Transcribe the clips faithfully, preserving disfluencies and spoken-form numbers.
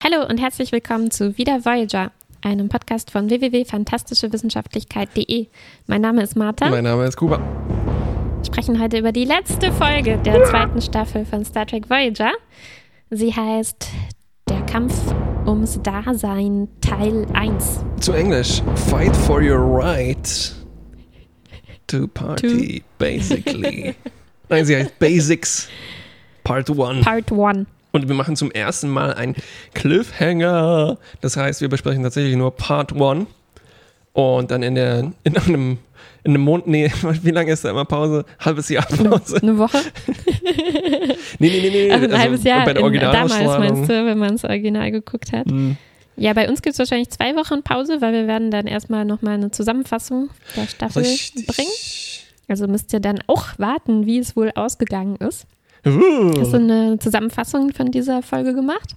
Hallo und herzlich willkommen zu Wieder Voyager, einem Podcast von w w w punkt fantastische wissenschaftlichkeit punkt de. Mein Name ist Martha. Mein Name ist Kuba. Wir sprechen heute über die letzte Folge der zweiten Staffel von Star Trek Voyager. Sie heißt Der Kampf ums Dasein Teil eins. Zu Englisch, Fight for your right to party, To. basically. Nein, sie heißt Basics Part eins. Part eins. Und wir machen zum ersten Mal einen Cliffhanger. Das heißt, wir besprechen tatsächlich nur Part eins. Und dann in der in einem, in einem Monat, nee, wie lange ist da immer Pause? Halbes Jahr Pause. Eine Woche? nee, nee, nee, nee. Also ein also halbes Jahr, bei der in, damals Originalausstrahlung. meinst du, wenn man das Original geguckt hat. Hm. Ja, bei uns gibt es wahrscheinlich zwei Wochen Pause, weil wir werden dann erstmal nochmal eine Zusammenfassung der Staffel Richtig. bringen. Also müsst ihr dann auch warten, wie es wohl ausgegangen ist. Uh. Hast du eine Zusammenfassung von dieser Folge gemacht?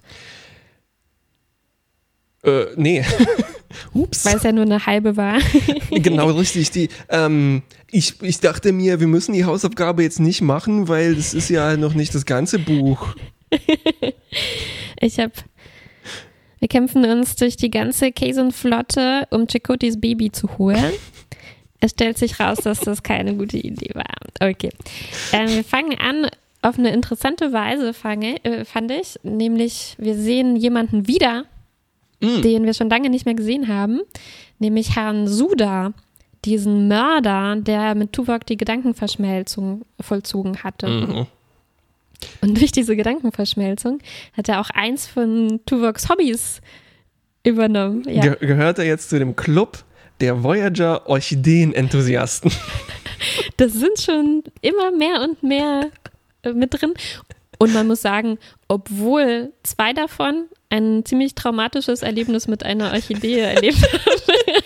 Äh, nee. Ups. Weil es ja nur eine halbe war. Genau, richtig. Die, ähm, ich, ich dachte mir, wir müssen die Hausaufgabe jetzt nicht machen, weil das ist ja noch nicht das ganze Buch. Ich habe, wir kämpfen uns durch die ganze Kazon-Flotte, um Chakotys Baby zu holen. Es stellt sich raus, dass das keine gute Idee war. Okay. Ähm, wir fangen an auf eine interessante Weise, fange, äh, fand ich. Nämlich, wir sehen jemanden wieder, Mm. den wir schon lange nicht mehr gesehen haben. Nämlich Herrn Suda, diesen Mörder, der mit Tuvok die Gedankenverschmelzung vollzogen hatte. Mhm. Und durch diese Gedankenverschmelzung hat er auch eins von Tuvoks Hobbys übernommen. Ja. Ge gehört er jetzt zu dem Club der Voyager-Orchideen-Enthusiasten? Das sind schon immer mehr und mehr äh, mit drin. Und man muss sagen, obwohl zwei davon ein ziemlich traumatisches Erlebnis mit einer Orchidee erlebt haben.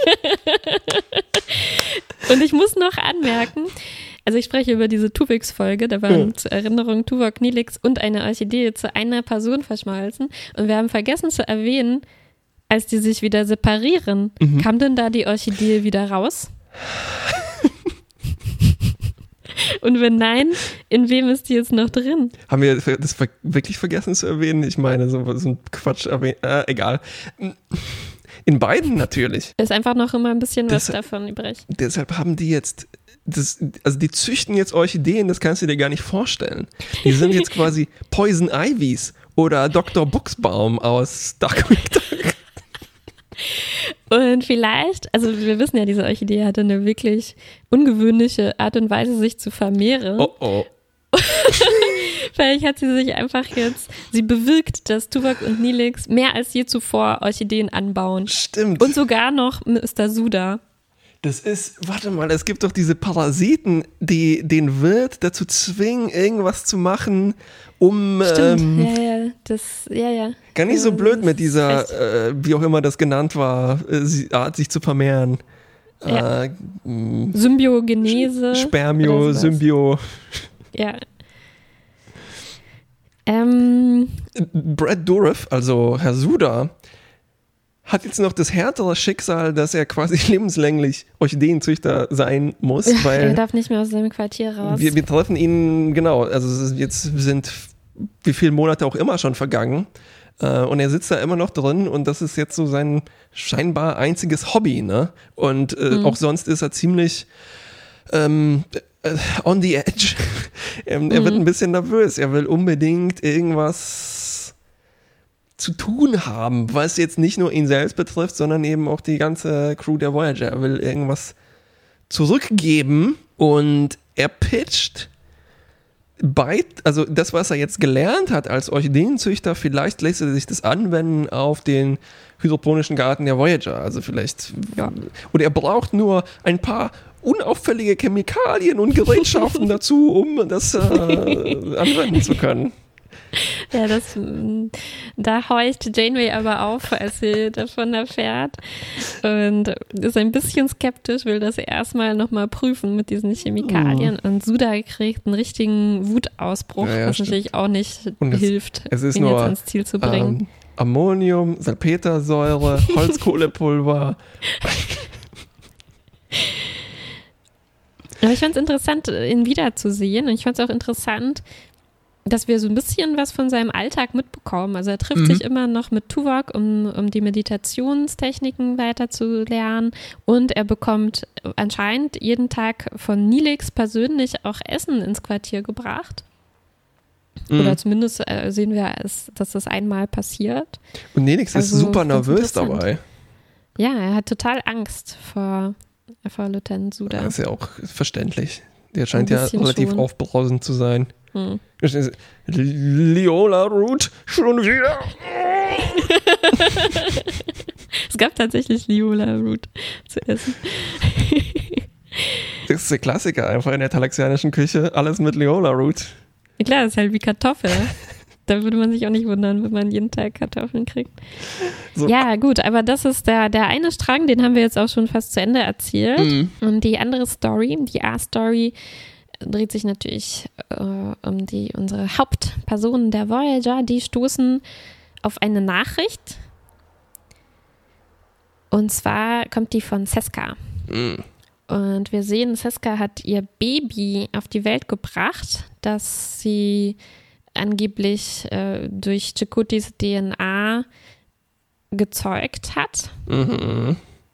Und ich muss noch anmerken, also ich spreche über diese Tuvix-Folge, da waren Ja. zur Erinnerung Tuvok, Nilix und eine Orchidee zu einer Person verschmolzen. Und wir haben vergessen zu erwähnen, als die sich wieder separieren, Mhm. kam denn da die Orchidee wieder raus? Und wenn nein, in wem ist die jetzt noch drin? Haben wir das ver wirklich vergessen zu erwähnen? Ich meine, so, so ein Quatsch erwähnt. Äh, egal. In beiden natürlich. Ist einfach noch immer ein bisschen was Das- davon übrig. Deshalb haben die jetzt, das, also die züchten jetzt Orchideen, das kannst du dir gar nicht vorstellen. Die sind jetzt quasi Poison Ivies oder Doktor Buchsbaum aus Darkwing Duck. Und vielleicht, also wir wissen ja, diese Orchidee hatte eine wirklich ungewöhnliche Art und Weise, sich zu vermehren. Oh oh. Vielleicht hat sie sich einfach jetzt, sie bewirkt, dass Tuvok und Nilix mehr als je zuvor Orchideen anbauen. Stimmt. Und sogar noch Mister Suda. Das ist, warte mal, es gibt doch diese Parasiten, die den Wirt dazu zwingen, irgendwas zu machen, um Stimmt, ähm, ja, ja, das, ja, ja. gar nicht so Ähm, blöd das mit ist dieser, recht. äh, wie auch immer das genannt war, äh, sie- Art, sich zu vermehren. Ja. Äh, mh, Symbiogenese. Spermio, oder sowas. Symbio. Ja. Ähm, Brad Dourif, also Herr Suda, hat jetzt noch das härtere Schicksal, dass er quasi lebenslänglich Orchideenzüchter sein muss, er weil darf nicht mehr aus seinem Quartier raus. wir, wir treffen ihn, genau, also es ist- jetzt sind wie viele Monate auch immer schon vergangen äh, und er sitzt da immer noch drin und das ist jetzt so sein scheinbar einziges Hobby, ne? Und äh, Mhm. auch sonst ist er ziemlich ähm, äh, on the edge. er, er wird Mhm. ein bisschen nervös, er will unbedingt irgendwas zu tun haben, was jetzt nicht nur ihn selbst betrifft, sondern eben auch die ganze Crew der Voyager. Er will irgendwas zurückgeben und er pitcht bei, also das, was er jetzt gelernt hat als Orchideenzüchter, vielleicht lässt er sich das anwenden auf den hydroponischen Garten der Voyager. Also vielleicht, Ja. oder er braucht nur ein paar unauffällige Chemikalien und Gerätschaften dazu, um das äh, anwenden zu können. Ja, das, mm, da horcht Janeway aber auf, als sie davon erfährt und ist ein bisschen skeptisch, will das erstmal nochmal prüfen mit diesen Chemikalien und Suda kriegt einen richtigen Wutausbruch, Ja, ja, was stimmt. natürlich auch nicht Und es- hilft, es ist ihn nur, jetzt ans Ziel zu bringen. Ähm, Ammonium, Salpetersäure, Holzkohlepulver. Aber ich fand es interessant, ihn wiederzusehen und ich fand es auch interessant, dass wir so ein bisschen was von seinem Alltag mitbekommen. Also er trifft Mhm. sich immer noch mit Tuvok, um, um die Meditationstechniken weiter zu lernen. Und er bekommt anscheinend jeden Tag von Neelix persönlich auch Essen ins Quartier gebracht. Mhm. Oder zumindest äh, sehen wir, es, dass das einmal passiert. Und Neelix Also, ist super ganz nervös interessant. dabei. Ja, er hat total Angst vor, vor Lieutenant Suda. Das ist ja auch verständlich. Der scheint Ein ja bisschen relativ schon. aufbrausend zu sein. Hm. Leola Root, schon wieder. Es gab tatsächlich Liola Root zu essen. Das ist der Klassiker einfach in der talaxianischen Küche. Alles mit Leola Root. Klar, das ist halt wie Kartoffel. Da würde man sich auch nicht wundern, wenn man jeden Tag Kartoffeln kriegt. So. Ja, gut, aber das ist der, der eine Strang, den haben wir jetzt auch schon fast zu Ende erzählt. Mhm. Und die andere Story, die A-Story, dreht sich natürlich äh, um die unsere Hauptpersonen der Voyager. Die stoßen auf eine Nachricht. Und zwar kommt die von Seska. Mhm. Und wir sehen, Seska hat ihr Baby auf die Welt gebracht, das sie angeblich äh, durch Chakotys D N A gezeugt hat. Mhm.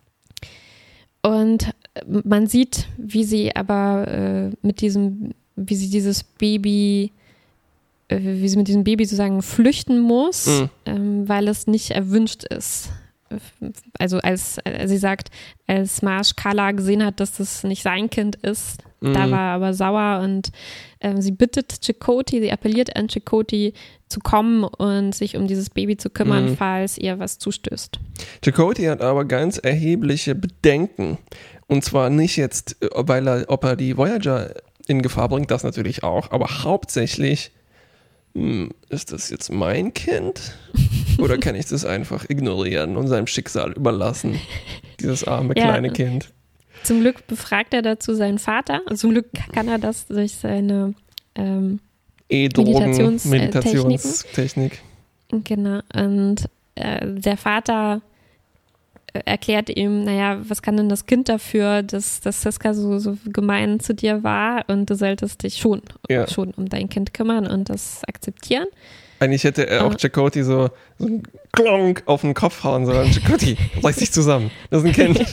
Und man sieht, wie sie aber äh, mit diesem, wie sie dieses Baby, äh, wie sie mit diesem Baby sozusagen flüchten muss, Mhm. ähm, weil es nicht erwünscht ist. Also als äh, sie sagt, als Marsh Kala gesehen hat, dass das nicht sein Kind ist, Mhm. da war er aber sauer und ähm, sie bittet Chakotay, sie appelliert an Chakotay zu kommen und sich um dieses Baby zu kümmern, Mhm. falls ihr was zustößt. Chakotay hat aber ganz erhebliche Bedenken. Und zwar nicht jetzt, äh, weil er, ob er die Voyager in Gefahr bringt, das natürlich auch, aber hauptsächlich, hm, ist das jetzt mein Kind? Oder kann ich das einfach ignorieren und seinem Schicksal überlassen? Dieses arme Ja. kleine Kind. Zum Glück befragt er dazu seinen Vater. Und zum Glück kann er das durch seine ähm, E-Drogen, Meditations- äh, Meditationstechnik. Genau. Und äh, der Vater äh, erklärt ihm, naja, was kann denn das Kind dafür, dass, dass Seska so, so gemein zu dir war und du solltest dich schon, Ja. schon um dein Kind kümmern und das akzeptieren. Eigentlich hätte er auch Ah. Chakotay so, so einen Klonk auf den Kopf hauen sollen. Chakotay, reiß dich zusammen. Das ist ein Kind.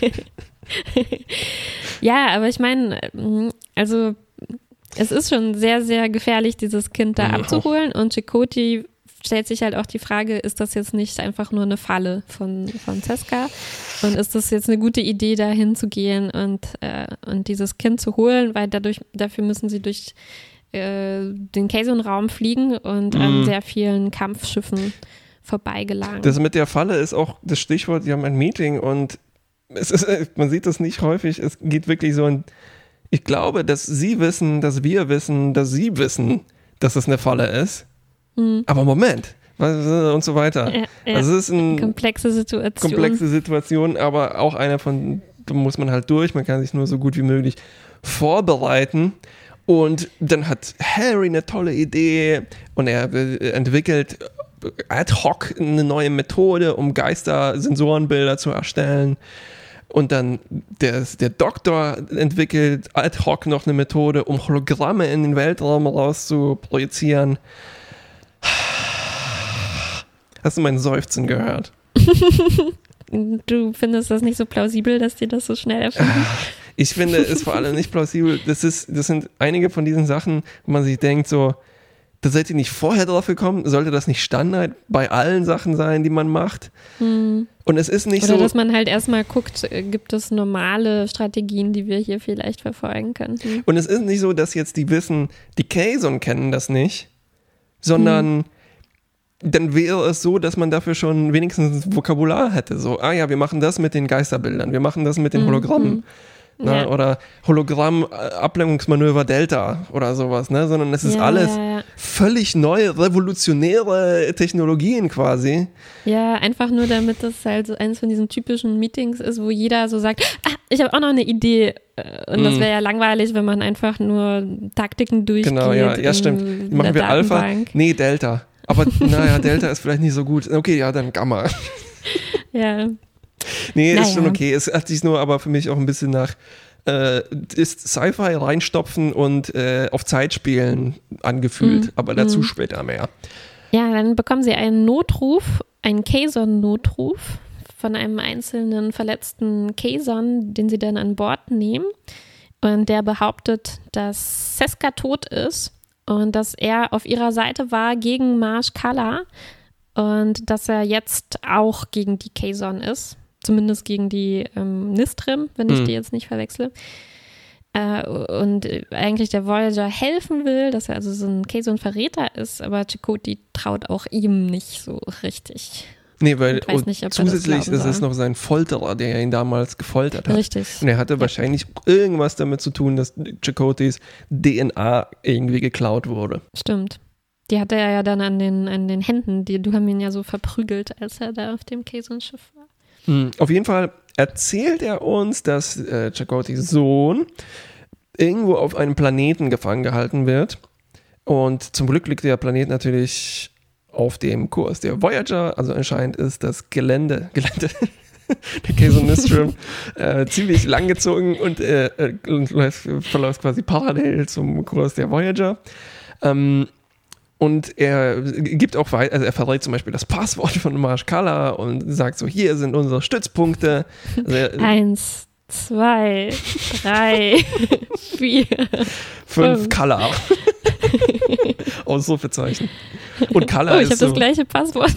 Ja, aber ich meine, mm, also es ist schon sehr, sehr gefährlich, dieses Kind da Ja. abzuholen und Chakotay stellt sich halt auch die Frage, ist das jetzt nicht einfach nur eine Falle von, von Seska und ist das jetzt eine gute Idee, da hinzugehen und, äh, und dieses Kind zu holen, weil dadurch, dafür müssen sie durch äh, den Kazon-Raum fliegen und an Mhm. sehr vielen Kampfschiffen vorbeigelangen. Das mit der Falle ist auch das Stichwort, wir haben ein Meeting und es ist, man sieht das nicht häufig, es geht wirklich so ein, ich glaube, dass sie wissen, dass wir wissen, dass sie wissen, dass es eine Falle ist. Mhm. Aber Moment, was- und so weiter. Ja, ja. Also es ist eine Komplexe Situation. komplexe Situation, aber auch eine von, da muss man halt durch, man kann sich nur so gut wie möglich vorbereiten. Und dann hat Harry eine tolle Idee und er äh, entwickelt ad hoc eine neue Methode, um Geister-Sensorenbilder zu erstellen. Und dann der, der Doktor entwickelt ad hoc noch eine Methode, um Hologramme in den Weltraum raus zu projizieren. Hast du mein Seufzen gehört? Du findest das nicht so plausibel, dass die das so schnell erfinden? Ich finde es vor allem nicht plausibel. Das, ist, das sind einige von diesen Sachen, wo man sich denkt, so, da seid ihr nicht vorher drauf gekommen? Sollte das nicht Standard bei allen Sachen sein, die man macht? Hm. Und es ist nicht Oder so. dass man halt erstmal guckt, äh, gibt es normale Strategien, die wir hier vielleicht verfolgen könnten? Und es ist nicht so, dass jetzt die wissen, die Kazon kennen das nicht, sondern dann wäre es so, dass man dafür schon wenigstens ein Vokabular hätte. So, ah ja, wir machen das mit den Geisterbildern, wir machen das mit den Mhm. Hologrammen. Ne? Ja. Oder Hologramm-Ablenkungsmanöver Delta oder sowas, ne? Sondern es ist Ja, alles ja, ja. völlig neue, revolutionäre Technologien quasi. Ja, einfach nur damit das halt so eines von diesen typischen Meetings ist, wo jeder so sagt, ah, ich habe auch noch eine Idee. Äh, Und das Mhm. wäre ja langweilig, wenn man einfach nur Taktiken durchgeht. Genau, ja, ja in stimmt. der Machen wir Alpha? Datenbank. Nee, Delta. Aber naja, Delta ist vielleicht nicht so gut. Okay, ja, dann Gamma. Ja. Nee, Naja. ist schon okay. Es hat sich nur aber für mich auch ein bisschen nach äh, ist Sci-Fi reinstopfen und äh, auf Zeit spielen angefühlt, mhm. aber dazu mhm. später mehr. Ja, dann bekommen sie einen Notruf, einen Kazon-Notruf von einem einzelnen verletzten Kazon, den sie dann an Bord nehmen. Und der behauptet, dass Seska tot ist und dass er auf ihrer Seite war gegen Marsh Kala und dass er jetzt auch gegen die Kazon ist. Zumindest gegen die ähm, Nistrim, wenn ich mhm. die jetzt nicht verwechsle. Äh, und eigentlich der Voyager helfen will, dass er also so ein Kazon-Verräter ist, aber Chakotay traut auch ihm nicht so richtig. Nee, weil nicht, zusätzlich ist es noch sein Folterer, der ihn damals gefoltert hat. Richtig. Und er hatte ja. wahrscheinlich irgendwas damit zu tun, dass Chakotays D N A irgendwie geklaut wurde. Stimmt. Die hatte er ja dann an den, an den Händen. Die, du haben ihn ja so verprügelt, als er da auf dem Kazon-Schiff war. Mhm. Auf jeden Fall erzählt er uns, dass äh, Chakotays Sohn irgendwo auf einem Planeten gefangen gehalten wird. Und zum Glück liegt der Planet natürlich auf dem Kurs der Voyager, also anscheinend ist das Gelände, Gelände der Kazon Nistrim äh, ziemlich langgezogen und, äh, und läuft, verläuft quasi parallel zum Kurs der Voyager. Ähm, und er gibt auch weiter, also er verrät zum Beispiel das Passwort von Marsh Kala und sagt so, hier sind unsere Stützpunkte. Also er, Eins, zwei, drei, vier, fünf Kala. Ausrufezeichen. Und Kala oh, ich ist habe so, das gleiche Passwort.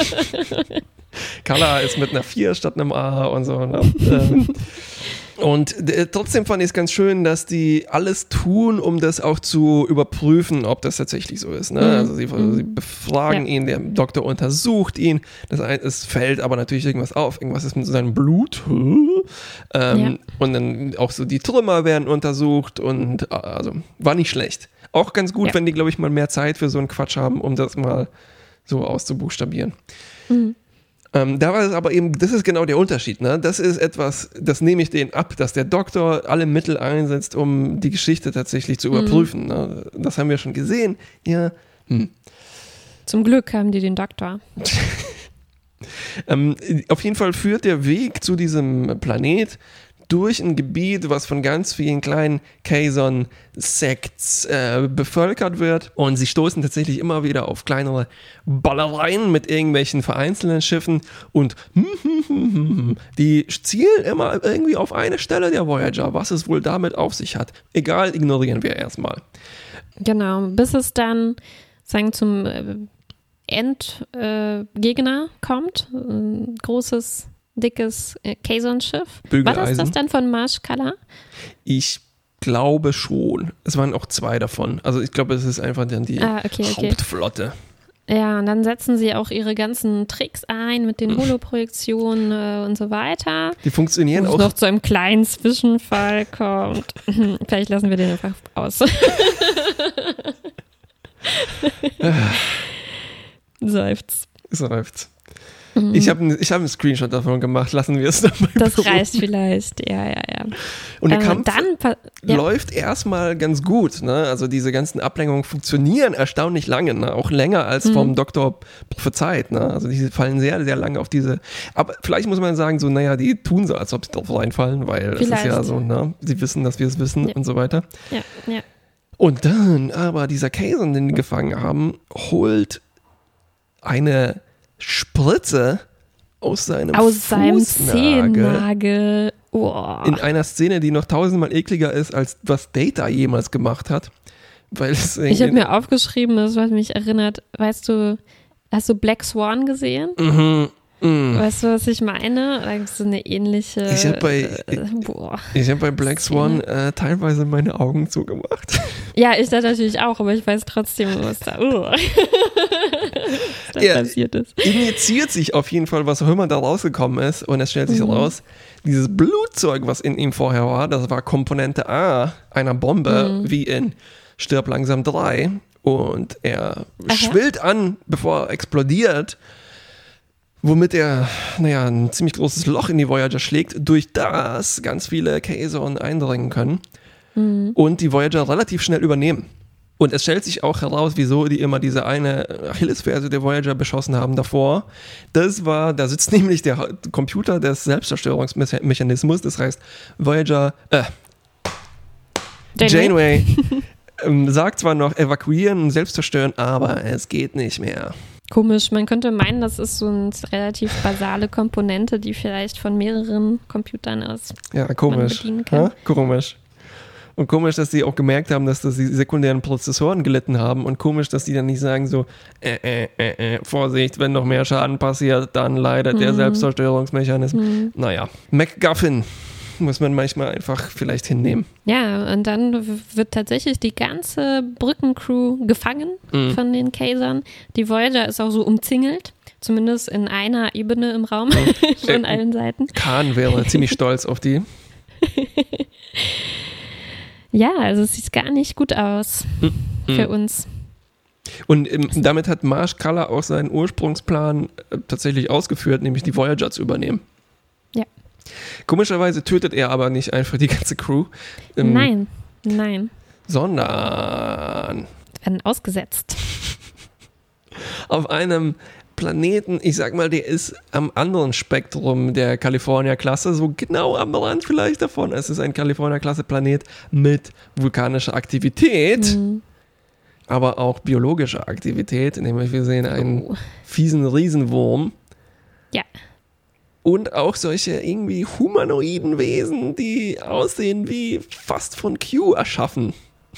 Kala ist mit einer vier statt einem A und so. Ne? Und äh, trotzdem fand ich es ganz schön, dass die alles tun, um das auch zu überprüfen, ob das tatsächlich so ist. Ne? Mhm. Also sie, sie befragen ja. ihn, der Doktor untersucht ihn. Das es fällt aber natürlich irgendwas auf. Irgendwas ist mit seinem Blut. Ähm, ja. Und dann auch so die Trümmer werden untersucht und also war nicht schlecht. Auch ganz gut, ja. wenn die, glaube ich, mal mehr Zeit für so einen Quatsch haben, um das mal so auszubuchstabieren. Mhm. Ähm, da war es aber eben, das ist genau der Unterschied. Ne? Das ist etwas, das nehme ich denen ab, dass der Doktor alle Mittel einsetzt, um die Geschichte tatsächlich zu überprüfen. Mhm. Ne? Das haben wir schon gesehen. Ja. Hm. Zum Glück haben die den Doktor. ähm, auf jeden Fall führt der Weg zu diesem Planet durch ein Gebiet, was von ganz vielen kleinen Kazon-Sekts äh, bevölkert wird. Und sie stoßen tatsächlich immer wieder auf kleinere Ballereien mit irgendwelchen vereinzelten Schiffen. Und die zielen immer irgendwie auf eine Stelle der Voyager, was es wohl damit auf sich hat. Egal, ignorieren wir erstmal. Genau, bis es dann sagen zum äh, Endgegner äh, kommt. Ein großes dickes äh, Kazon-Schiff. War das das dann von Marsh Kala? Ich glaube schon. Es waren auch zwei davon. Also ich glaube, es ist einfach dann die ah, okay, Hauptflotte. Okay. Ja, und dann setzen sie auch ihre ganzen Tricks ein mit den Holoprojektionen äh, und so weiter. Die funktionieren auch. Wo es noch zu einem kleinen Zwischenfall kommt. Vielleicht lassen wir den einfach aus. Seufzt. Seufzt. Mhm. Ich habe ich hab einen Screenshot davon gemacht, lassen wir es dabei. Das beruhen. Reicht vielleicht, ja, ja, ja. Und der ähm, Kampf dann, ja. läuft erstmal ganz gut, ne? Also diese ganzen Ablenkungen funktionieren erstaunlich lange, ne? Auch länger als mhm. vom Doktor prophezeit, ne? Also die fallen sehr, sehr lange auf diese, aber vielleicht muss man sagen, so, naja, die tun so, als ob sie drauf reinfallen, weil es ist ja so, ne? Sie wissen, dass wir es wissen ja. und so weiter. Ja, ja. Und dann aber dieser Kazon, den die gefangen haben, holt eine Spritze aus seinem aus seinem Fußnagel. Zehennagel. Oh. In einer Szene, die noch tausendmal ekliger ist, als was Data jemals gemacht hat. Weil es ich habe mir aufgeschrieben, das was mich erinnert, weißt du, hast du Black Swan gesehen? Mhm. Mm. Weißt du, was ich meine? Da gibt es so eine ähnliche. Ich habe bei, äh, boah, ich hab bei Black Swan äh, teilweise meine Augen zugemacht. Ja, ich das natürlich auch, aber ich weiß trotzdem, was da, uh, was da ja, passiert ist. Injiziert sich auf jeden Fall, was auch immer da rausgekommen ist. Und es stellt sich mhm. raus, dieses Blutzeug, was in ihm vorher war, das war Komponente A einer Bombe, mhm. wie in Stirb langsam drei. Und er Aha. schwillt an, bevor er explodiert. Womit er, naja, ein ziemlich großes Loch in die Voyager schlägt, durch das ganz viele Kazon eindringen können mhm. und die Voyager relativ schnell übernehmen. Und es stellt sich auch heraus, wieso die immer diese eine Achillesferse der Voyager beschossen haben davor. Das war, da sitzt nämlich der Computer des Selbstzerstörungsmechanismus, das heißt Voyager, äh, Janeway ähm, sagt zwar noch evakuieren und selbst zerstören, aber es geht nicht mehr. Komisch, man könnte meinen, das ist so eine relativ basale Komponente, die vielleicht von mehreren Computern aus ja, komisch. bedienen kann. Ha? Komisch. Und komisch, dass sie auch gemerkt haben, dass das die sekundären Prozessoren gelitten haben und komisch, dass die dann nicht sagen so, äh, äh, äh, äh, Vorsicht, wenn noch mehr Schaden passiert, dann leidet mhm. der Selbstzerstörungsmechanismus. Mhm. Naja, MacGuffin muss man manchmal einfach vielleicht hinnehmen. Ja, und dann wird tatsächlich die ganze Brückencrew gefangen mhm. von den Kasern. Die Voyager ist auch so umzingelt, zumindest in einer Ebene im Raum, mhm. von allen Seiten. Khan wäre ziemlich stolz auf die. Ja, also es sieht gar nicht gut aus mhm. für uns. Und ähm, damit hat Marsh Kalla auch seinen Ursprungsplan äh, tatsächlich ausgeführt, nämlich die Voyager zu übernehmen. Ja. Komischerweise tötet er aber nicht einfach die ganze Crew. Ähm, nein, nein. Sondern werden ausgesetzt. Auf einem Planeten, ich sag mal, der ist am anderen Spektrum der California-Klasse, so genau am Rand vielleicht davon. Es ist ein California-Klasse-Planet mit vulkanischer Aktivität, mhm. aber auch biologischer Aktivität, nämlich wir sehen einen oh. fiesen Riesenwurm. Ja. Und auch solche irgendwie humanoiden Wesen, die aussehen wie fast von Q erschaffen.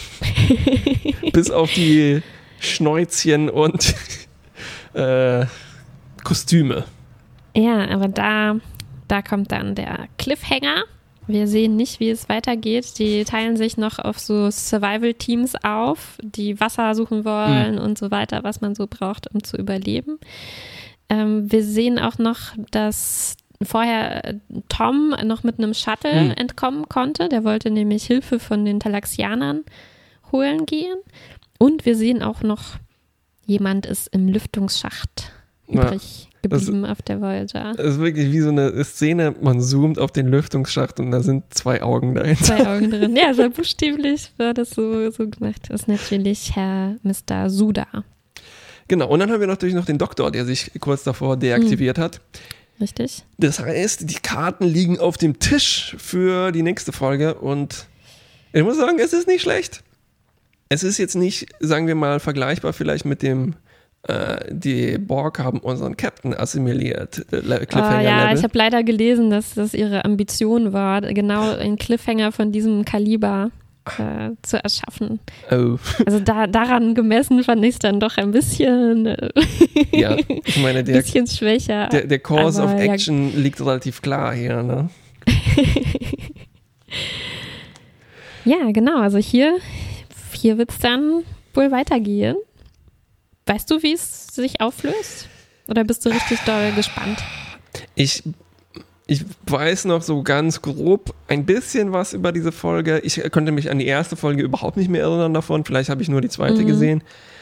Bis auf die Schnäuzchen und äh, Kostüme. Ja, aber da, da kommt dann der Cliffhanger. Wir sehen nicht, wie es weitergeht. Die teilen sich noch auf so Survival-Teams auf, die Wasser suchen wollen mhm. und so weiter, was man so braucht, um zu überleben. Ähm, wir sehen auch noch, dass vorher Tom noch mit einem Shuttle mhm. entkommen konnte. Der wollte nämlich Hilfe von den Talaxianern holen gehen. Und wir sehen auch noch, jemand ist im Lüftungsschacht übrig ja, geblieben das, auf der Voyager. Das ist wirklich wie so eine Szene, man zoomt auf den Lüftungsschacht und da sind zwei Augen dahinter. Zwei Augen drin. Ja, so buchstäblich war das so, so gemacht. Das ist natürlich Herr Mister Suda. Genau, und dann haben wir natürlich noch den Doktor, der sich kurz davor deaktiviert mhm. hat. Richtig. Das heißt, die Karten liegen auf dem Tisch für die nächste Folge und ich muss sagen, es ist nicht schlecht. Es ist jetzt nicht, sagen wir mal, vergleichbar vielleicht mit dem, äh, die Borg haben unseren Captain assimiliert. Äh, Cliffhanger oh, ja, Level. Ich habe leider gelesen, dass das ihre Ambition war, genau einen Cliffhanger von diesem Kaliber äh, zu erschaffen. Oh. Also da, daran gemessen fand ich es dann doch ein bisschen, äh, ja, ich meine, der, bisschen schwächer. Der, der Course aber, of ja. Action liegt relativ klar hier, ne? Ja, genau. Also hier, hier wird es dann wohl weitergehen. Weißt du, wie es sich auflöst? Oder bist du richtig doll gespannt? Ich, ich weiß noch so ganz grob ein bisschen was über diese Folge. Ich konnte mich an die erste Folge überhaupt nicht mehr erinnern davon. Vielleicht habe ich nur die zweite mhm. gesehen.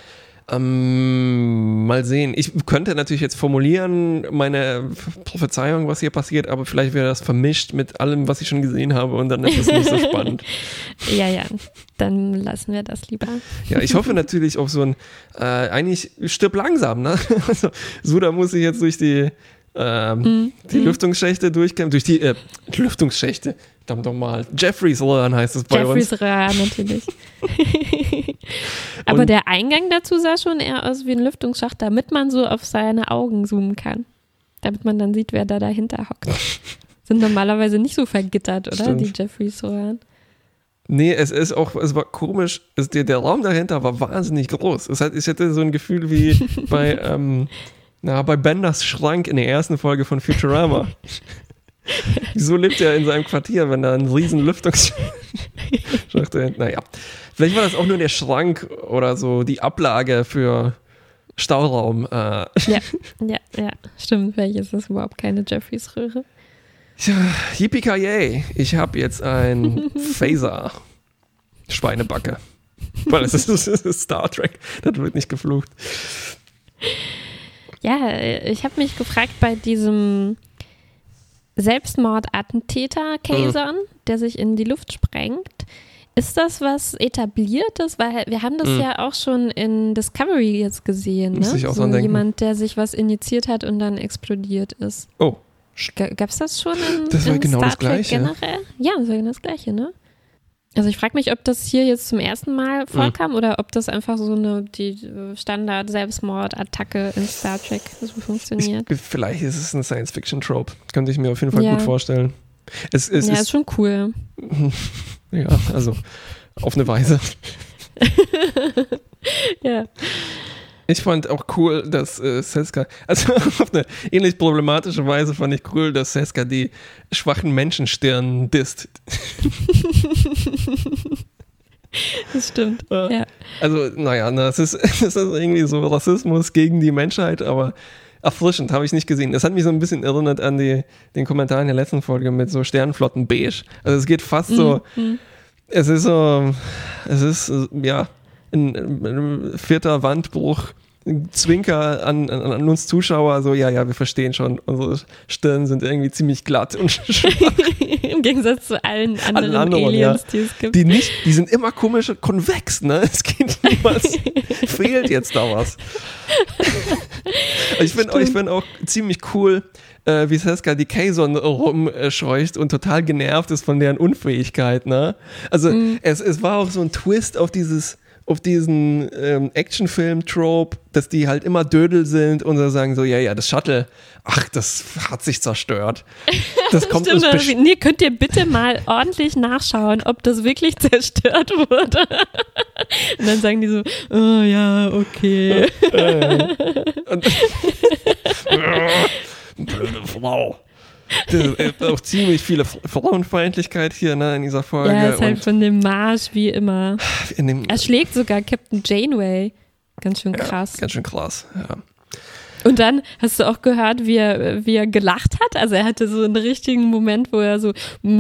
Ähm, mal sehen. Ich könnte natürlich jetzt formulieren, meine Prophezeiung, was hier passiert, aber vielleicht wäre das vermischt mit allem, was ich schon gesehen habe und dann ist es nicht so spannend. Ja, ja, dann lassen wir das lieber. Ja, ich hoffe natürlich auf so ein, äh, eigentlich stirb langsam, ne? Also, Suda muss sich jetzt durch die, ähm, mm, die mm. Lüftungsschächte durchkämpfen, durch die, äh, Lüftungsschächte, verdammt doch mal, Jeffreys Röhren heißt es bei Jeffreys uns. Jeffreys Röhren, natürlich. Aber und der Eingang dazu sah schon eher aus wie ein Lüftungsschacht, damit man so auf seine Augen zoomen kann. Damit man dann sieht, wer da dahinter hockt. Sind normalerweise nicht so vergittert, oder? Stimmt. Die Jeffreys Röhren. Nee, es ist auch, es war komisch, es, der, der Raum dahinter war wahnsinnig groß. Es hat, ich hatte so ein Gefühl wie bei, ähm, na, bei Benders Schrank in der ersten Folge von Futurama. Wieso lebt er in seinem Quartier, wenn da ein riesen Lüftungsschacht ist? Naja, vielleicht war das auch nur der Schrank oder so die Ablage für Stauraum. Äh. Ja, ja, ja, stimmt. Vielleicht ist das überhaupt keine Jeffreys Röhre. Ja, yippie-ki-yay, ich habe jetzt ein Phaser. Schweinebacke. Weil es ist, es ist Star Trek, das wird nicht geflucht. Ja, ich habe mich gefragt bei diesem Selbstmordattentäter Kazon, mhm. der sich in die Luft sprengt. Ist das was Etabliertes? Weil wir haben das mhm. ja auch schon in Discovery jetzt gesehen. Muss ne? ich auch so dran denken. Jemand, der sich was injiziert hat und dann explodiert ist. Oh. Gab es das schon in, das war in genau Star das Gleiche. Trek generell? Ja, das war genau das Gleiche, ne? Also ich frage mich, ob das hier jetzt zum ersten Mal vorkam mhm. oder ob das einfach so eine die Standard-Selbstmordattacke in Star Trek so funktioniert. Ich, vielleicht ist es ein Science-Fiction-Trope. Könnte ich mir auf jeden Fall ja. gut vorstellen. Es, es ja, ist, ist schon cool. Ja, also auf eine Weise. Ja. Ich fand auch cool, dass äh, Seska, also auf eine ähnlich problematische Weise fand ich cool, dass Seska die schwachen Menschenstirnen disst. Das stimmt, ja. ja. Also, naja, das ist, das ist irgendwie so Rassismus gegen die Menschheit, aber erfrischend, habe ich nicht gesehen. Das hat mich so ein bisschen erinnert an die, den Kommentar in der letzten Folge mit so Sternenflotten beige. Also es geht fast mm, so, mm. es ist so, es ist, ja, ein, ein vierter Wandbruch, ein Zwinker an, an, an uns Zuschauer, so, ja, ja, wir verstehen schon, unsere Stirn sind irgendwie ziemlich glatt und schwach. Im Gegensatz zu allen anderen, anderen Aliens, ja. die es gibt. Die nicht, die sind immer komisch konvex, ne? Es geht niemals, fehlt jetzt da was. Ich finde ich find auch ziemlich cool, äh, wie Seska die Kazon rumscheucht und total genervt ist von deren Unfähigkeit, ne? Also mhm. es, es war auch so ein Twist auf dieses auf diesen ähm, Actionfilm-Trope, dass die halt immer Dödel sind und so sagen so, ja, ja, das Shuttle, ach, das hat sich zerstört. Das kommt Stimmt, uns besch- nee, könnt ihr bitte mal ordentlich nachschauen, ob das wirklich zerstört wurde. Und dann sagen die so, oh ja, okay. und, blöde Frau. Das ist auch ziemlich viele Frauenfeindlichkeit hier, ne, in dieser Folge. Ja, ist halt und von dem Marsch wie immer. In dem, er schlägt sogar Captain Janeway. Ganz schön krass. Ja, ganz schön krass, ja. Und dann hast du auch gehört, wie er, wie er gelacht hat. Also er hatte so einen richtigen Moment, wo er so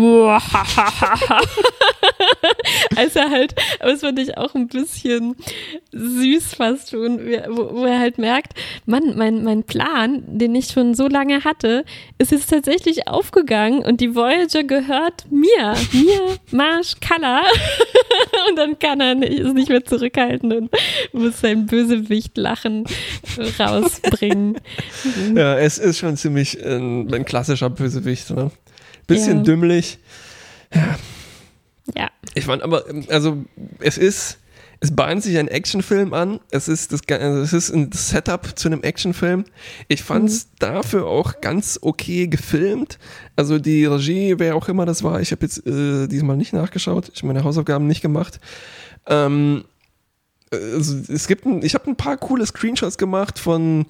als er halt, aber das fand ich auch ein bisschen süß fast schon, wo, wo er halt merkt, Mann, mein, mein Plan, den ich schon so lange hatte, ist jetzt tatsächlich aufgegangen und die Voyager gehört mir, mir, Marsh, Kalla. Und dann kann er nicht, es nicht mehr zurückhalten und muss sein Bösewicht-Lachen rausbringen. Ja, es ist schon ziemlich ein, ein klassischer Bösewicht, ne? Bisschen ja. dümmlich. Ja. Ja. Ich fand aber, also es ist, es bahnt sich ein Actionfilm an. Es ist, das, also es ist ein Setup zu einem Actionfilm. Ich fand es mhm. dafür auch ganz okay gefilmt. Also die Regie, wer auch immer das war, ich habe jetzt äh, diesmal nicht nachgeschaut. Ich habe meine Hausaufgaben nicht gemacht. Ähm, also es gibt ein, ich habe ein paar coole Screenshots gemacht von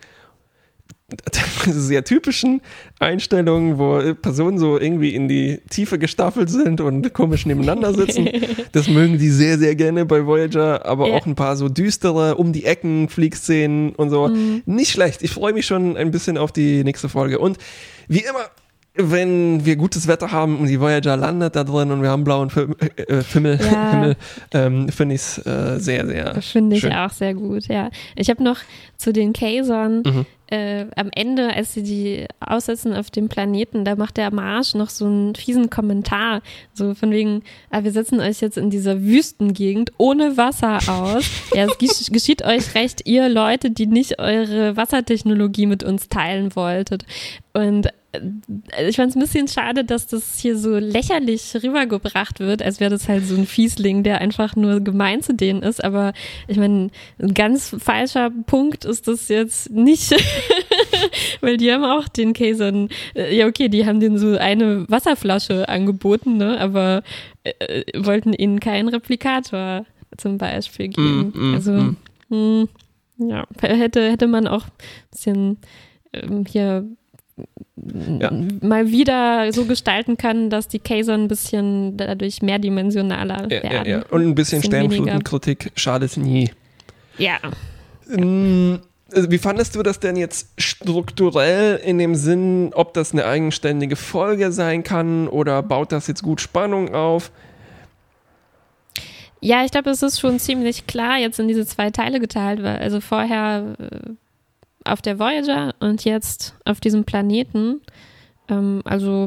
sehr typischen Einstellungen, wo Personen so irgendwie in die Tiefe gestaffelt sind und komisch nebeneinander sitzen. Das mögen die sehr, sehr gerne bei Voyager, aber ja. auch ein paar so düstere um die Ecken Fliegszenen und so. Mhm. Nicht schlecht. Ich freue mich schon ein bisschen auf die nächste Folge. Und wie immer, wenn wir gutes Wetter haben und die Voyager landet da drin und wir haben blauen Film, äh, Fimmel, ja. Himmel, ähm, finde ich es äh, sehr, sehr Finde ich schön. auch sehr gut, ja. Ich habe noch zu den Kazon mhm. äh, am Ende, als sie die aussetzen auf dem Planeten, da macht der Marsh noch so einen fiesen Kommentar, so von wegen, ah, wir setzen euch jetzt in dieser Wüstengegend ohne Wasser aus. Ja, es gesch- geschieht euch recht, ihr Leute, die nicht eure Wassertechnologie mit uns teilen wolltet. Und ich fand es ein bisschen schade, dass das hier so lächerlich rübergebracht wird, als wäre das halt so ein Fiesling, der einfach nur gemein zu denen ist. Aber ich meine, ein ganz falscher Punkt ist das jetzt nicht, weil die haben auch den Kazon, ja okay, die haben denen so eine Wasserflasche angeboten, ne, aber äh, wollten ihnen keinen Replikator zum Beispiel geben. Mm, mm, also, mm. Mh, ja, hätte, hätte man auch ein bisschen ähm, hier Ja. mal wieder so gestalten können, dass die Kazon ein bisschen dadurch mehrdimensionaler ja, werden. Ja, ja. Und ein bisschen, bisschen Sternflotenkritik schadet nie. Ja. Ähm, wie fandest du das denn jetzt strukturell in dem Sinn, ob das eine eigenständige Folge sein kann oder baut das jetzt gut Spannung auf? Ja, ich glaube, es ist schon ziemlich klar jetzt in diese zwei Teile geteilt, weil also vorher äh, auf der Voyager und jetzt auf diesem Planeten. Ähm, also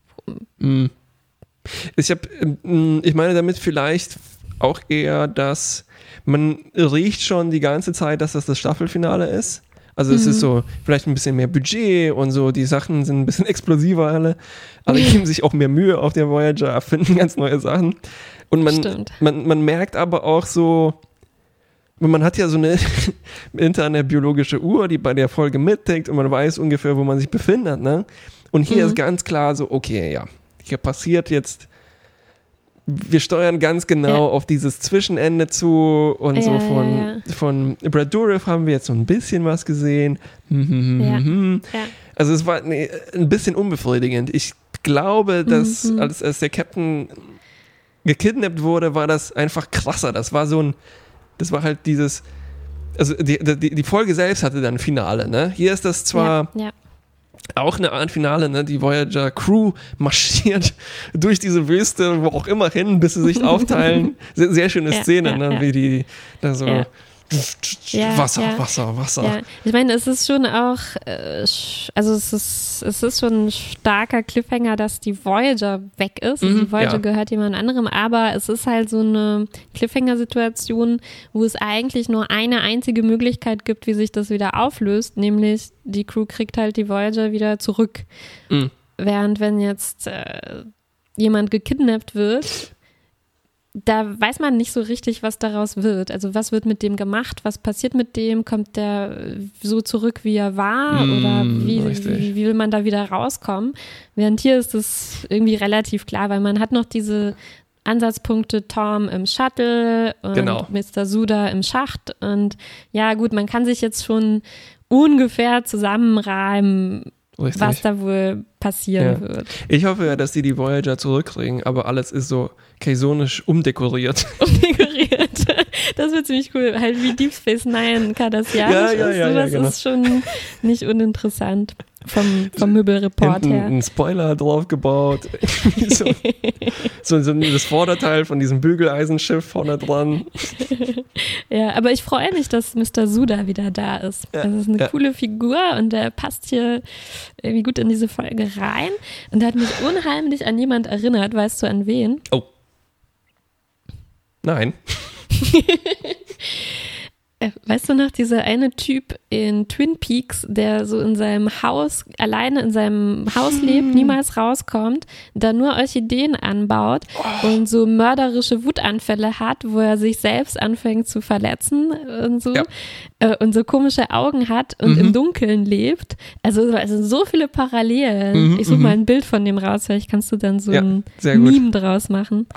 ich habe, ich meine damit vielleicht auch eher, dass man riecht schon die ganze Zeit, dass das das Staffelfinale ist. Also es ist so vielleicht ein bisschen mehr Budget und so, die Sachen sind ein bisschen explosiver alle. Alle geben sich auch mehr Mühe auf der Voyager, erfinden ganz neue Sachen. Und man, man, man merkt aber auch so, man hat ja so eine interne biologische Uhr, die bei der Folge mittickt und man weiß ungefähr, wo man sich befindet, ne? Und hier mhm. ist ganz klar so, okay, ja, hier passiert jetzt, wir steuern ganz genau ja. auf dieses Zwischenende zu und ja, so von, ja, ja. von Brad Dourif haben wir jetzt so ein bisschen was gesehen. Ja. Ja. Also es war nee, ein bisschen unbefriedigend. Ich glaube, dass mhm. als, als der Captain gekidnappt wurde, war das einfach krasser. Das war so ein, das war halt dieses, also die, die, die Folge selbst hatte dann ein Finale, ne? Hier ist das zwar ja, ja. auch eine Art Finale, ne? Die Voyager Crew marschiert durch diese Wüste, wo auch immer hin, bis sie sich aufteilen. Sehr, sehr schöne ja, Szene, ja, ne? Ja. Wie die da so ja. Ja, Wasser, ja. Wasser, Wasser. Ja. Ich meine, es ist schon auch, äh, also es ist, es ist schon ein starker Cliffhanger, dass die Voyager weg ist. Mhm, die Voyager ja. gehört jemand anderem, aber es ist halt so eine Cliffhanger-Situation, wo es eigentlich nur eine einzige Möglichkeit gibt, wie sich das wieder auflöst, nämlich die Crew kriegt halt die Voyager wieder zurück. Mhm. Während wenn jetzt äh, jemand gekidnappt wird, da weiß man nicht so richtig, was daraus wird. Also was wird mit dem gemacht? Was passiert mit dem? Kommt der so zurück, wie er war? Mm, oder wie, wie, wie will man da wieder rauskommen? Während hier ist es irgendwie relativ klar, weil man hat noch diese Ansatzpunkte Tom im Shuttle und genau. Mister Suda im Schacht. Und ja gut, man kann sich jetzt schon ungefähr zusammenreimen, richtig. Was da wohl passieren ja. wird. Ich hoffe ja, dass die die Voyager zurückkriegen, aber alles ist so kaisonisch umdekoriert. Umdekoriert. Das wird ziemlich cool. Halt wie Deep Space Nine Cardassianisch ja, ja, ist. Ja, Sowas ja, genau. ist schon nicht uninteressant vom, vom Möbelreport Hinten her. Ein Spoiler drauf gebaut. so, so, so das Vorderteil von diesem Bügeleisenschiff vorne dran. Ja, aber ich freue mich, dass Mister Suda wieder da ist. Ja, das ist eine ja. coole Figur und der passt hier irgendwie gut in diese Folge rein. Und der hat mich unheimlich an jemand erinnert. Weißt du, an wen? Oh. Nein. Weißt du noch, dieser eine Typ in Twin Peaks, der so in seinem Haus, alleine in seinem Haus lebt, niemals rauskommt, da nur Orchideen anbaut oh. und so mörderische Wutanfälle hat, wo er sich selbst anfängt zu verletzen und so ja. äh, und so komische Augen hat und mhm. im Dunkeln lebt. Also, also so viele Parallelen. Mhm, ich suche mhm. mal ein Bild von dem raus, vielleicht kannst du dann so ja, ein Meme draus machen.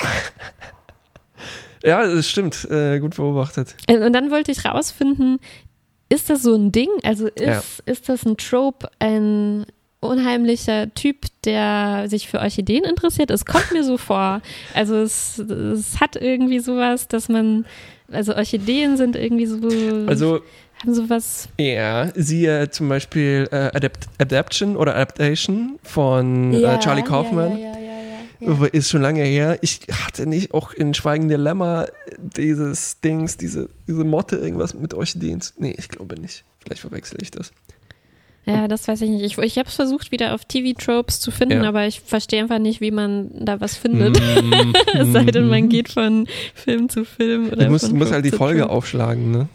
Ja, das stimmt. Äh, gut beobachtet. Und dann wollte ich rausfinden, ist das so ein Ding? Also ist, ja. ist das ein Trope, ein unheimlicher Typ, der sich für Orchideen interessiert? Es kommt mir so vor. Also es, es hat irgendwie sowas, dass man, also Orchideen sind irgendwie so, also, haben sowas. Ja, siehe zum Beispiel äh, Adapt- Adaption oder Adaptation von ja, äh, Charlie Kaufman. Ja, ja, ja, ja. Ja. Ist schon lange her. Ich hatte nicht auch in Schweigende Lämmer dieses Dings, diese, diese Motte, irgendwas mit Orchideen. Nee, ich glaube nicht. Vielleicht verwechsel ich das. Ja, das weiß ich nicht. Ich, ich habe es versucht, wieder auf T V-Tropes zu finden, ja. aber ich verstehe einfach nicht, wie man da was findet. Mm, es sei denn, man geht von Film zu Film. Oder du musst, von musst halt die Folge Trope. aufschlagen, ne?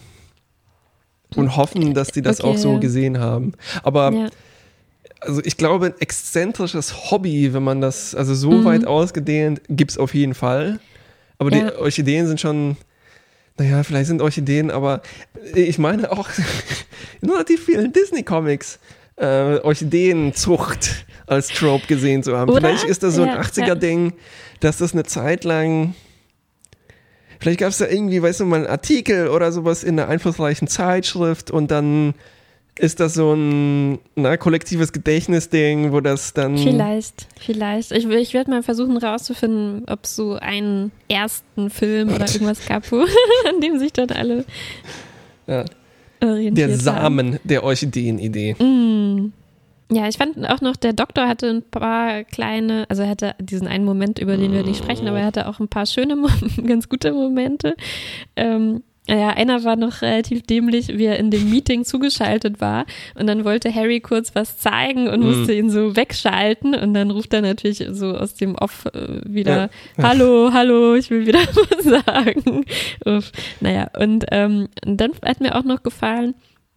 Und hoffen, dass die das okay, auch so ja. gesehen haben. Aber ja. also ich glaube, ein exzentrisches Hobby, wenn man das, also so mhm. weit ausgedehnt, gibt es auf jeden Fall. Aber ja. die Orchideen sind schon, naja, vielleicht sind Orchideen, aber ich meine auch in relativ vielen Disney-Comics äh, Orchideenzucht als Trope gesehen zu haben. Oder? Vielleicht ist das so ein ja, achtziger-Ding, ja. dass das eine Zeit lang, vielleicht gab es da irgendwie, weißt du, mal einen Artikel oder sowas in einer einflussreichen Zeitschrift und dann ist das so ein na, kollektives Gedächtnisding, wo das dann... Vielleicht, vielleicht. Ich, ich werde mal versuchen rauszufinden, ob es so einen ersten Film oder irgendwas gab, wo, an dem sich dann alle ja. orientiert Der Samen haben. der Orchideen-Idee. Mm. Ja, ich fand auch noch, der Doktor hatte ein paar kleine, also er hatte diesen einen Moment, über den wir nicht sprechen, aber er hatte auch ein paar schöne, ganz gute Momente. Ähm, Ja, einer war noch relativ dämlich, wie er in dem Meeting zugeschaltet war und dann wollte Harry kurz was zeigen und mm. musste ihn so wegschalten und dann ruft er natürlich so aus dem Off äh, wieder, ja, ja. hallo, hallo, ich will wieder was sagen. Uff. Naja, und, ähm, und dann hat mir auch noch gefallen,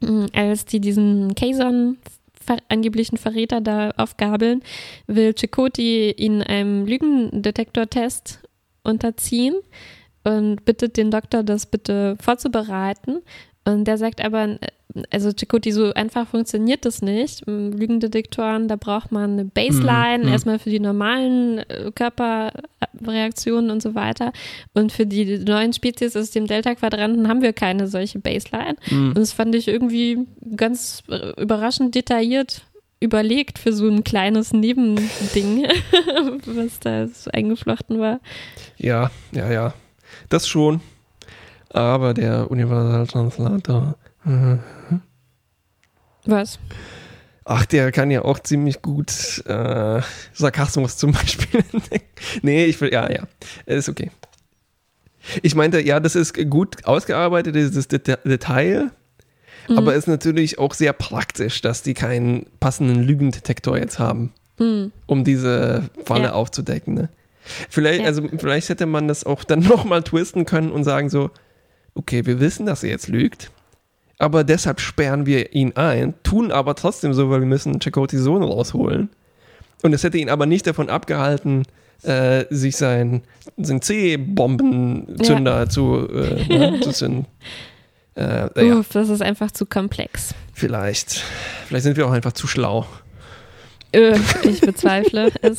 als die diesen Kazon ver- angeblichen Verräter da aufgabeln, will Chakotay ihn einem Lügendetektortest unterziehen und bittet den Doktor, das bitte vorzubereiten. Und der sagt aber, also Chakotay, so einfach funktioniert das nicht. Lügendetektoren, da braucht man eine Baseline, mhm. erstmal für die normalen äh, Körperreaktionen und so weiter. Und für die neuen Spezies aus dem Delta-Quadranten haben wir keine solche Baseline. Mhm. Und das fand ich irgendwie ganz überraschend detailliert überlegt für so ein kleines Nebending, was da so eingeflochten war. Ja, ja, ja. Das schon. Aber der Universaltranslator. Mhm. Was? Ach, der kann ja auch ziemlich gut äh, Sarkasmus zum Beispiel entdecken. Nee, ich will, ja, ja. Ist okay. Ich meinte, ja, das ist gut ausgearbeitet, dieses Det- Detail. Mhm. Aber ist natürlich auch sehr praktisch, dass die keinen passenden Lügendetektor jetzt haben, mhm. um diese Falle ja. aufzudecken. Ne? Vielleicht, ja. also, vielleicht hätte man das auch dann nochmal twisten können und sagen so, okay, wir wissen, dass er jetzt lügt, aber deshalb sperren wir ihn ein, tun aber trotzdem so, weil wir müssen Chakotay Sohn rausholen. Und es hätte ihn aber nicht davon abgehalten, äh, sich sein, sein C-Bombenzünder ja. zu, äh, ne, zu zünden. Äh, Uff, ja. Das ist einfach zu komplex. Vielleicht. Vielleicht sind wir auch einfach zu schlau. Äh, ich bezweifle es.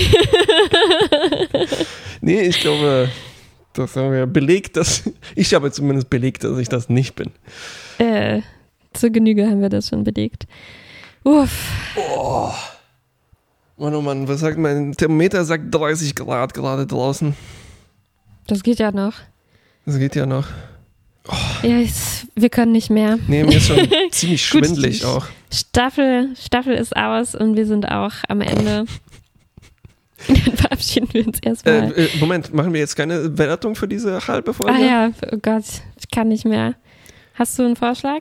Nee, ich glaube... Das haben wir belegt, dass ich habe zumindest belegt, dass ich das nicht bin. Äh, zur Genüge haben wir das schon belegt. Uff. Oh. Mann, oh Mann, was sagt mein Thermometer? Sagt dreißig Grad gerade draußen. Das geht ja noch. Das geht ja noch. Oh. Ja, ich, wir können nicht mehr. Nee, mir ist schon ziemlich schwindelig Gut, auch. Staffel, Staffel ist aus und wir sind auch am Ende. Dann verabschieden wir uns erstmal. Äh, äh, Moment, machen wir jetzt keine Wertung für diese halbe Folge? Ah ja, oh Gott, ich kann nicht mehr. Hast du einen Vorschlag?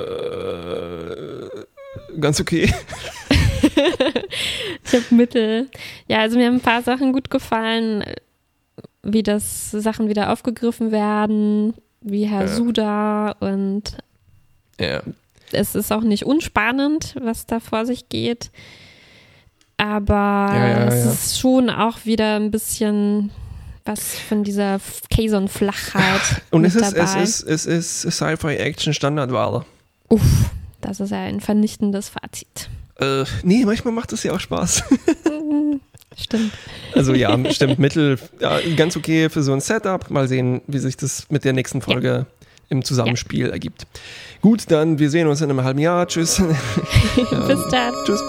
Äh, ganz okay. Ich habe Mittel. Ja, also mir haben ein paar Sachen gut gefallen, wie das Sachen wieder aufgegriffen werden, wie Herr ja. Suda und ja. es ist auch nicht unspannend, was da vor sich geht. Aber ja, ja, es ja. ist schon auch wieder ein bisschen was von dieser Kazon-Flachheit Und mit es ist, dabei. es ist, es ist Sci-Fi-Action-Standardware. Uff, das ist ja ein vernichtendes Fazit. Äh, nee, manchmal macht es ja auch Spaß. Stimmt. Also ja, stimmt, Mittel, ja, ganz okay für so ein Setup. Mal sehen, wie sich das mit der nächsten Folge ja. im Zusammenspiel ja. ergibt. Gut, dann wir sehen uns in einem halben Jahr. Tschüss. Bis dann. Tschüss.